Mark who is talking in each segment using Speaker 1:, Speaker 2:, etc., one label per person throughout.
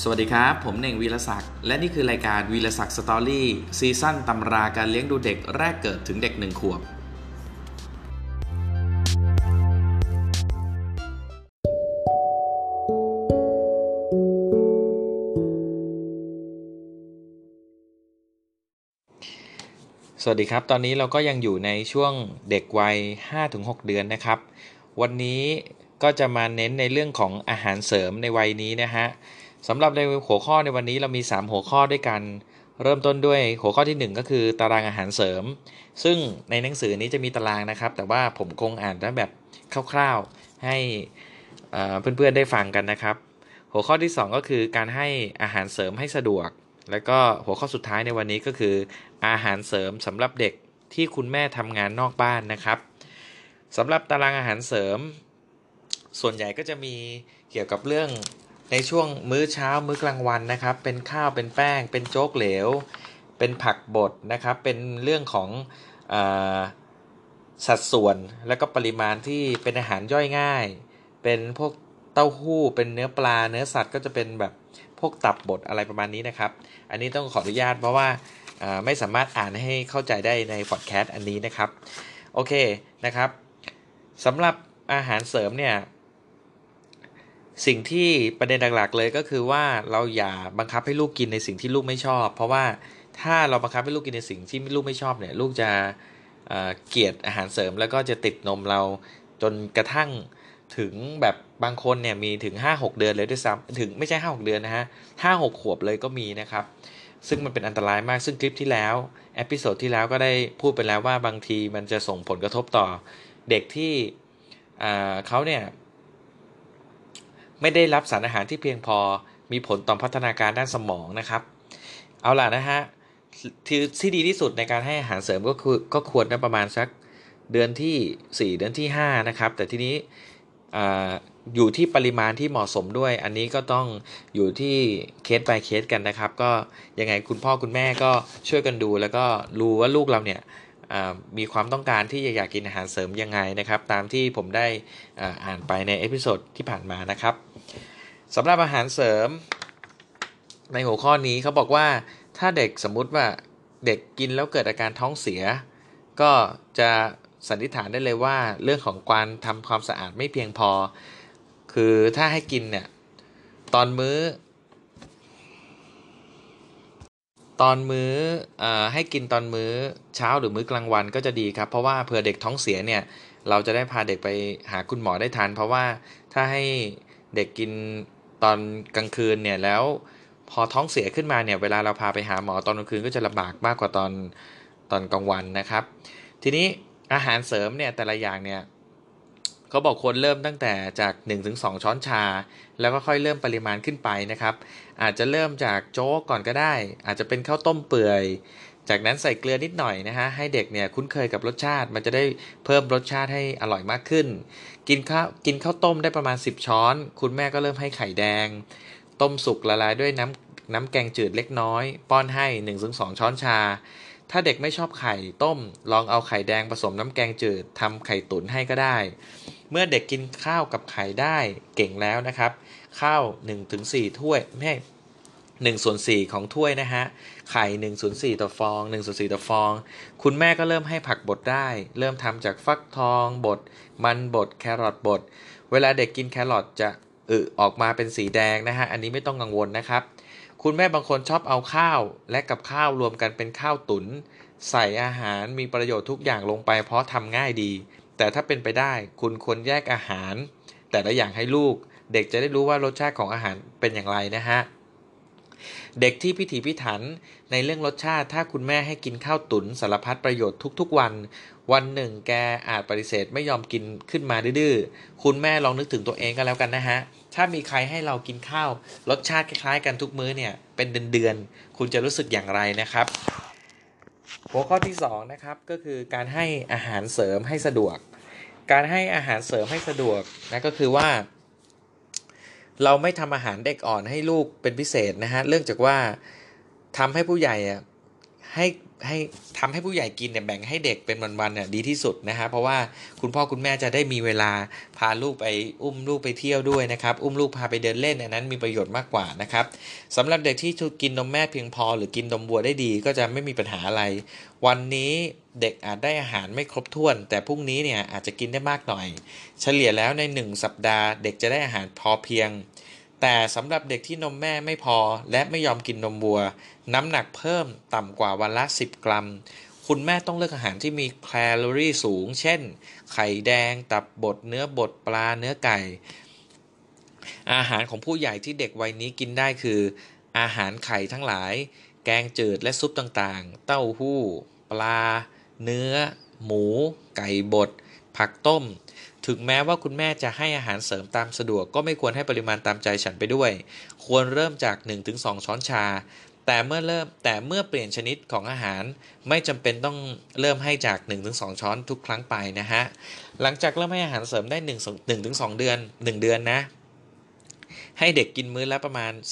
Speaker 1: สวัสดีครับผมเน่งวีรศักดิ์และนี่คือรายการวีรศักดิ์สตอรี่ซีซั่นตำราการเลี้ยงดูเด็กแรกเกิดถึงเด็ก1 ขวบสวัสดีครับตอนนี้เราก็ยังอยู่ในช่วงเด็กวัย 5-6 เดือนนะครับวันนี้ก็จะมาเน้นในเรื่องของอาหารเสริมในวัยนี้นะฮะสำหรับในหัวข้อในวันนี้เรามี3หัวข้อด้วยกันเริ่มต้นด้วยหัวข้อที่1ก็คือตารางอาหารเสริมซึ่งในหนังสือนี้จะมีตารางนะครับแต่ว่าผมคงอ่านได้แบบคร่าวๆให้เพื่อนๆได้ฟังกันนะครับหัวข้อที่2ก็คือการให้อาหารเสริมให้สะดวกแล้วก็หัวข้อสุดท้ายในวันนี้ก็คืออาหารเสริมสำหรับเด็กที่คุณแม่ทำงานนอกบ้านนะครับสำหรับตารางอาหารเสริมส่วนใหญ่ก็จะมีเกี่ยวกับเรื่องในช่วงมื้อเช้ามื้อกลางวันนะครับเป็นข้าวเป็นแป้งเป็นโจ๊กเหลวเป็นผักบดนะครับเป็นเรื่องของสัดส่วนและก็ปริมาณที่เป็นอาหารย่อยง่ายเป็นพวกเต้าหู้เป็นเนื้อปลาเนื้อสัตว์ก็จะเป็นแบบพวกตับบดอะไรประมาณนี้นะครับอันนี้ต้องขออนุญาตเพราะว่าไม่สามารถอ่านให้เข้าใจได้ในพอดแคสต์อันนี้นะครับโอเคนะครับสำหรับอาหารเสริมเนี่ยสิ่งที่ประเด็นหลักๆเลยก็คือว่าเราอย่าบังคับให้ลูกกินในสิ่งที่ลูกไม่ชอบเพราะว่าถ้าเราบังคับให้ลูกกินในสิ่งที่ลูกไม่ชอบเนี่ยลูกจะเกลียดอาหารเสริมแล้วก็จะติดนมเราจนกระทั่งถึงแบบบางคนเนี่ยมีถึง 5-6 เดือนเลยด้วยซ้ำถึงไม่ใช่ 5-6 เดือนนะฮะ 5-6 ขวบเลยก็มีนะครับซึ่งมันเป็นอันตรายมากซึ่งคลิปที่แล้วเอพิโซดที่แล้วก็ได้พูดไปแล้วว่าบางทีมันจะส่งผลกระทบต่อเด็กที่เขาเนี่ยไม่ได้รับสารอาหารที่เพียงพอมีผลต่อพัฒนาการด้านสมองนะครับเอาล่ะนะฮะที่ดีที่สุดในการให้อาหารเสริมก็ควรนะประมาณสักเดือนที่4เดือนที่5นะครับแต่ทีนี้อยู่ที่ปริมาณที่เหมาะสมด้วยอันนี้ก็ต้องอยู่ที่เคส by เคสกันนะครับก็ยังไงคุณพ่อคุณแม่ก็ช่วยกันดูแล้วก็รู้ว่าลูกเราเนี่ยมีความต้องการที่อยากกินอาหารเสริมยังไงนะครับตามที่ผมได้อ่านไปในเอพิโซดที่ผ่านมานะครับสำหรับอาหารเสริมในหัวข้อนี้เขาบอกว่าถ้าเด็กสมมุติว่าเด็กกินแล้วเกิดอาการท้องเสียก็จะสันนิษฐานได้เลยว่าเรื่องของการทำความสะอาดไม่เพียงพอคือถ้าให้กินเนี่ยตอนมื้อให้กินตอนมื้อเช้าหรือมื้อกลางวันก็จะดีครับเพราะว่าเผื่อเด็กท้องเสียเนี่ยเราจะได้พาเด็กไปหาคุณหมอได้ทันเพราะว่าถ้าให้เด็กกินตอนกลางคืนเนี่ยแล้วพอท้องเสียขึ้นมาเนี่ยเวลาเราพาไปหาหมอตอนกลางคืนก็จะลำบากมากกว่าตอนกลางวันนะครับทีนี้อาหารเสริมเนี่ยแต่ละอย่างเนี่ยเขาบอกควรเริ่มตั้งแต่จาก 1-2 ช้อนชาแล้วก็ค่อยเริ่มปริมาณขึ้นไปนะครับอาจจะเริ่มจากโจ๊กก่อนก็ได้อาจจะเป็นข้าวต้มเปื่อยจากนั้นใส่เกลือนิดหน่อยนะฮะให้เด็กเนี่ยคุ้นเคยกับรสชาติมันจะได้เพิ่มรสชาติให้อร่อยมากขึ้นกินข้าวต้มได้ประมาณ10ช้อนคุณแม่ก็เริ่มให้ไข่แดงต้มสุกละลายด้วยน้ำแกงจืดเล็กน้อยป้อนให้ 1-2 ช้อนชาถ้าเด็กไม่ชอบไข่ต้มลองเอาไข่แดงผสมน้ำแกงจืดทำไข่ตุ๋นให้ก็ได้เมื่อเด็กกินข้าวกับไข่ได้เก่งแล้วนะครับข้าว 1-4 ถ้วยไม่1/4ของถ้วยนะฮะไข่1/4ต่อฟอง1/4ต่อฟองคุณแม่ก็เริ่มให้ผักบดได้เริ่มทำจากฟักทองบดมันบดแครอทบดเวลาเด็กกินแครอทจะออกมาเป็นสีแดงนะฮะอันนี้ไม่ต้องกังวลนะครับคุณแม่บางคนชอบเอาข้าวและกับข้าวรวมกันเป็นข้าวตุ๋นใส่อาหารมีประโยชน์ทุกอย่างลงไปเพราะทำง่ายดีแต่ถ้าเป็นไปได้คุณควรแยกอาหารแต่ละอย่างให้ลูกเด็กจะได้รู้ว่ารสชาติของอาหารเป็นอย่างไรนะฮะเด็กที่พิถีพิถันในเรื่องรสชาติถ้าคุณแม่ให้กินข้าวตุ๋นสารพัดประโยชน์ทุกๆวันวันหนึ่งแกอาจปฏิเสธไม่ยอมกินขึ้นมาดื้อๆคุณแม่ลองนึกถึงตัวเองก็แล้วกันนะฮะถ้ามีใครให้เรากินข้าวรสชาติคล้ายๆกันทุกมื้อเนี่ยเป็นเดือนๆคุณจะรู้สึกอย่างไรนะครับหัวข้อที่2นะครับก็คือการให้อาหารเสริมให้สะดวกการให้อาหารเสริมให้สะดวกนะก็คือว่าเราไม่ทำอาหารเด็กอ่อนให้ลูกเป็นพิเศษนะฮะเรื่องจากว่าทำให้ผู้ใหญ่ให้ให้ทำให้ผู้ใหญ่กินเนี่ยแบ่งให้เด็กเป็นวันๆเนี่ยดีที่สุดนะฮะเพราะว่าคุณพ่อคุณแม่จะได้มีเวลาพาลูกไปอุ้มลูกไปเที่ยวด้วยนะครับอุ้มลูกพาไปเดินเล่นอันนั้นมีประโยชน์มากกว่านะครับสำหรับเด็กที่กินนมแม่เพียงพอหรือกินนมวัวได้ดีก็จะไม่มีปัญหาอะไรวันนี้เด็กอาจได้อาหารไม่ครบถ้วนแต่พรุ่งนี้เนี่ยอาจจะกินได้มากหน่อยเฉลี่ยแล้วใน1 สัปดาห์เด็กจะได้อาหารพอเพียงแต่สำหรับเด็กที่นมแม่ไม่พอและไม่ยอมกินนมวัวน้ำหนักเพิ่มต่ำกว่าวันละ10 กรัมคุณแม่ต้องเลือกอาหารที่มีแคลอรี่สูงเช่นไข่แดงตับบดเนื้อบดปลาเนื้อไก่อาหารของผู้ใหญ่ที่เด็กวัยนี้กินได้คืออาหารไข่ทั้งหลายแกงจืดและซุปต่างๆเต้าหู้ปลาเนื้อหมูไก่บดผักต้มถึงแม้ว่าคุณแม่จะให้อาหารเสริมตามสะดวกก็ไม่ควรให้ปริมาณตามใจฉันไปด้วยควรเริ่มจาก 1-2 ช้อนชาแต่เมื่อเปลี่ยนชนิดของอาหารไม่จำเป็นต้องเริ่มให้จาก 1-2 ช้อนทุกครั้งไปนะฮะหลังจากเริ่มให้อาหารเสริมได้1-2 เดือน1 เดือนนะให้เด็กกินมื้อละประมาณ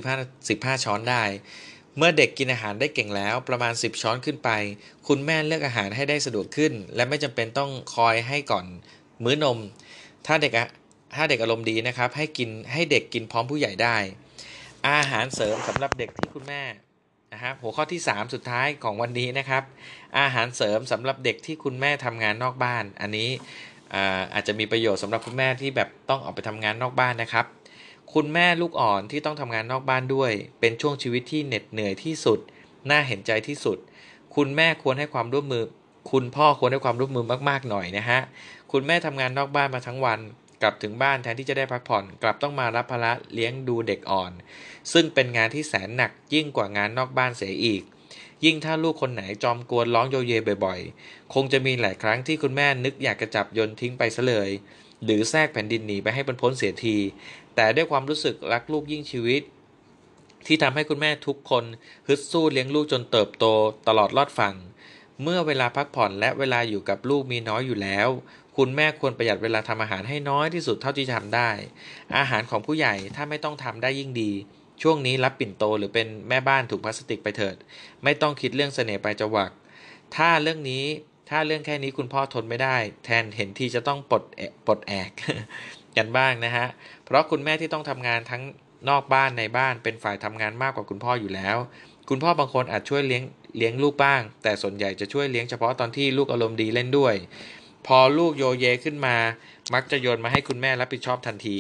Speaker 1: 10-15ช้อนได้เมื่อเด็กกินอาหารได้เก่งแล้วประมาณ10 ช้อนขึ้นไปคุณแม่เลือกอาหารให้ได้สะดวกขึ้นและไม่จำเป็นต้องคอยให้ก่อนมื้อนมถ้าเด็กอารมณ์ดีนะครับให้เด็กกินพร้อมผู้ใหญ่ได้อาหารเสริมสำหรับเด็กที่คุณแม่นะครับหัวข้อที่3สุดท้ายของวันนี้นะครับอาหารเสริมสำหรับเด็กที่คุณแม่ทำงานนอกบ้านอันนี้อาจจะมีประโยชน์สำหรับคุณแม่ที่แบบต้องออกไปทำงานนอกบ้านนะครับคุณแม่ลูกอ่อนที่ต้องทำงานนอกบ้านด้วยเป็นช่วงชีวิตที่เหน็ดเหนื่อยที่สุดน่าเห็นใจที่สุดคุณแม่ควรให้ความร่วมมือคุณพ่อควรให้ความร่วมมือมากๆหน่อยนะฮะคุณแม่ทำงานนอกบ้านมาทั้งวันกลับถึงบ้านแทนที่จะได้พักผ่อนกลับต้องมารับภาระเลี้ยงดูเด็กอ่อนซึ่งเป็นงานที่แสนหนักยิ่งกว่างานนอกบ้านเสียอีกยิ่งถ้าลูกคนไหนจอมกวนร้องโยเยบ่อยๆคงจะมีหลายครั้งที่คุณแม่นึกอยากจะจับโยนทิ้งไปซะเลยหรือแทรกแผ่นดินหนีไปให้พ้นเสียทีแต่ด้วยความรู้สึกรักลูกยิ่งชีวิตที่ทำให้คุณแม่ทุกคนฮึดสู้เลี้ยงลูกจนเติบโตตลอดรอดฝั่งเมื่อเวลาพักผ่อนและเวลาอยู่กับลูกมีน้อยอยู่แล้วคุณแม่ควรประหยัดเวลาทำอาหารให้น้อยที่สุดเท่าที่ทำได้อาหารของผู้ใหญ่ถ้าไม่ต้องทำได้ยิ่งดีช่วงนี้รับปิ่นโตหรือเป็นแม่บ้านถุงพลาสติกไปเถิดไม่ต้องคิดเรื่องเสน่ห์ปลายจวักถ้าเรื่องแค่นี้คุณพ่อทนไม่ได้แทนเห็นทีจะต้องปลดแอก กันบ้างนะฮะเพราะคุณแม่ที่ต้องทำงานทั้งนอกบ้านในบ้านเป็นฝ่ายทำงานมากกว่าคุณพ่ออยู่แล้วคุณพ่อบางคนอาจช่วยเลี้ยงลูกบ้างแต่ส่วนใหญ่จะช่วยเลี้ยงเฉพาะตอนที่ลูกอารมณ์ดีเล่นด้วยพอลูกโยเยขึ้นมามักจะโยนมาให้คุณแม่รับผิดชอบทันที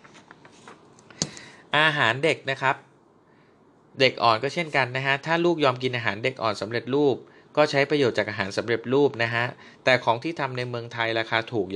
Speaker 1: อาหารเด็กนะครับเด็กอ่อนก็เช่นกันนะฮะถ้าลูกยอมกินอาหารเด็กอ่อนสำเร็จรูปก็ใช้ประโยชน์จากอาหารสำเร็จรูปนะฮะแต่ของที่ทำในเมืองไทยราคาถูก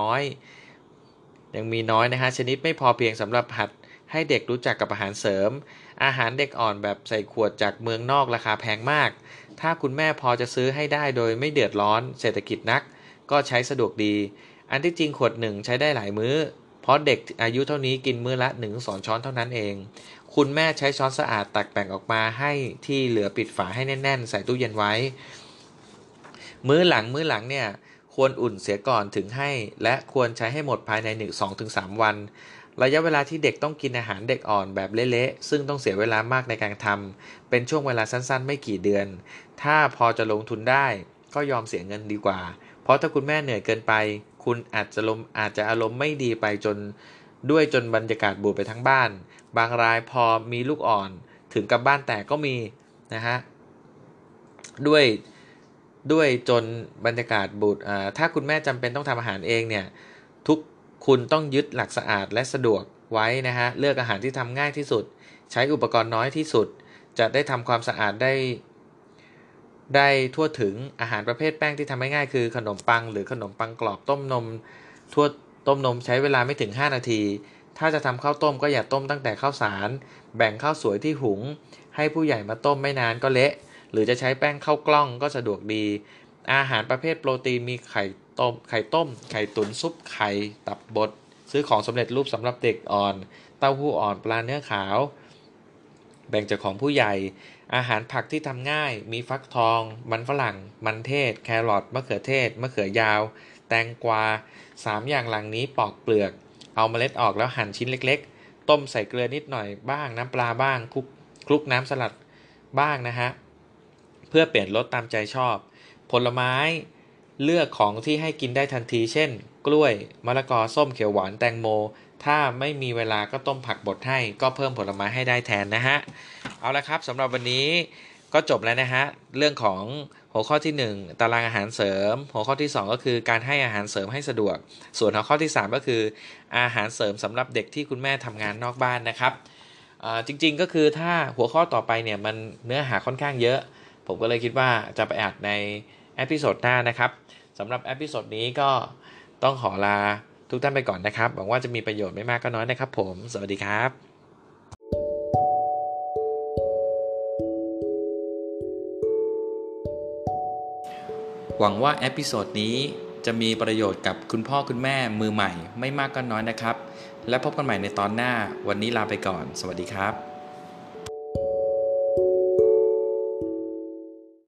Speaker 1: ยังมีน้อยนะฮะชนิดไม่พอเพียงสำหรับหัดให้เด็กรู้จักกับอาหารเสริมอาหารเด็กอ่อนแบบใส่ขวดจากเมืองนอกราคาแพงมากถ้าคุณแม่พอจะซื้อให้ได้โดยไม่เดือดร้อนเศรษฐกิจนักก็ใช้สะดวกดีอันที่จริงขวดหนึ่งใช้ได้หลายมื้อเพราะเด็กอายุเท่านี้กินมื้อละ1-2 ช้อนเท่านั้นเองคุณแม่ใช้ช้อนสะอาดตักแบ่งออกมาให้ที่เหลือปิดฝาให้แน่นๆใส่ตู้เย็นไว้มื้อหลังเนี่ยควรอุ่นเสียก่อนถึงให้และควรใช้ให้หมดภายใน2-3 วันระยะเวลาที่เด็กต้องกินอาหารเด็กอ่อนแบบเละๆซึ่งต้องเสียเวลามากในการทำเป็นช่วงเวลาสั้นๆไม่กี่เดือนถ้าพอจะลงทุนได้ก็ยอมเสียเงินดีกว่าเพราะถ้าคุณแม่เหนื่อยเกินไปคุณอาจจะอารมณ์ไม่ดีไปจนบรรยากาศบูดไปทั้งบ้านบางรายพอมีลูกอ่อนถึงกับบ้านแตกก็มีนะฮะด้วยจนบรรยากาศบูดถ้าคุณแม่จำเป็นต้องทำอาหารเองเนี่ยทุกคุณต้องยึดหลักสะอาดและสะดวกไว้นะฮะเลือกอาหารที่ทำง่ายที่สุดใช้อุปกรณ์น้อยที่สุดจะได้ทำความสะอาดได้ทั่วถึงอาหารประเภทแป้งที่ทำง่ายๆคือขนมปังหรือขนมปังกรอบต้มนมต้มนมใช้เวลาไม่ถึง5 นาทีถ้าจะทำข้าวต้มก็อย่าต้มตั้งแต่ข้าวสารแบ่งข้าวสวยที่หุงให้ผู้ใหญ่มาต้มไม่นานก็เละหรือจะใช้แป้งข้าวกล้องก็สะดวกดีอาหารประเภทโปรตีนมีไข่ต้มไข่ตุ๋นซุปไข่ตับบดซื้อของสำเร็จรูปสำหรับเด็กอ่อนเต้าหู้อ่อนปลาเนื้อขาวแบ่งจากของผู้ใหญ่อาหารผักที่ทำง่ายมีฟักทองมันฝรั่งมันเทศแครอทมะเขือเทศมะเขือยาวแตงกวา3 อย่างหลังนี้ปอกเปลือกเอาเมล็ดออกแล้วหั่นชิ้นเล็กๆต้มใส่เกลือนิดหน่อยบ้างน้ำปลาบ้างคลุกน้ำสลัดบ้างนะฮะเพื่อเปลี่ยนรสตามใจชอบผลไม้เลือกของที่ให้กินได้ทันทีเช่นกล้วยมะละกอส้มเขียวหวานแตงโมถ้าไม่มีเวลาก็ต้มผักบดให้ก็เพิ่มผลไม้ให้ได้แทนนะฮะเอาละครับสำหรับวันนี้ก็จบแล้วนะฮะเรื่องของหัวข้อที่1ตารางอาหารเสริมหัวข้อที่2ก็คือการให้อาหารเสริมให้สะดวกส่วนหัวข้อที่3ก็คืออาหารเสริมสำหรับเด็กที่คุณแม่ทำงานนอกบ้านนะครับจริงๆก็คือถ้าหัวข้อต่อไปเนี่ยมันเนื้อหาค่อนข้างเยอะผมก็เลยคิดว่าจะไปอัดในเอพิโซดหน้านะครับสำหรับเอพิโซดนี้ก็ต้องขอลาทุกท่านไปก่อนนะครับหวังว่าจะมีประโยชน์ไม่มากก็น้อยนะครับผมสวัสดีครับหวังว่าเอพิโซดนี้จะมีประโยชน์กับคุณพ่อคุณแม่มือใหม่ไม่มากก็น้อยนะครับและพบกันใหม่ในตอนหน้าวันนี้ลาไปก่อนสวัสดีครับ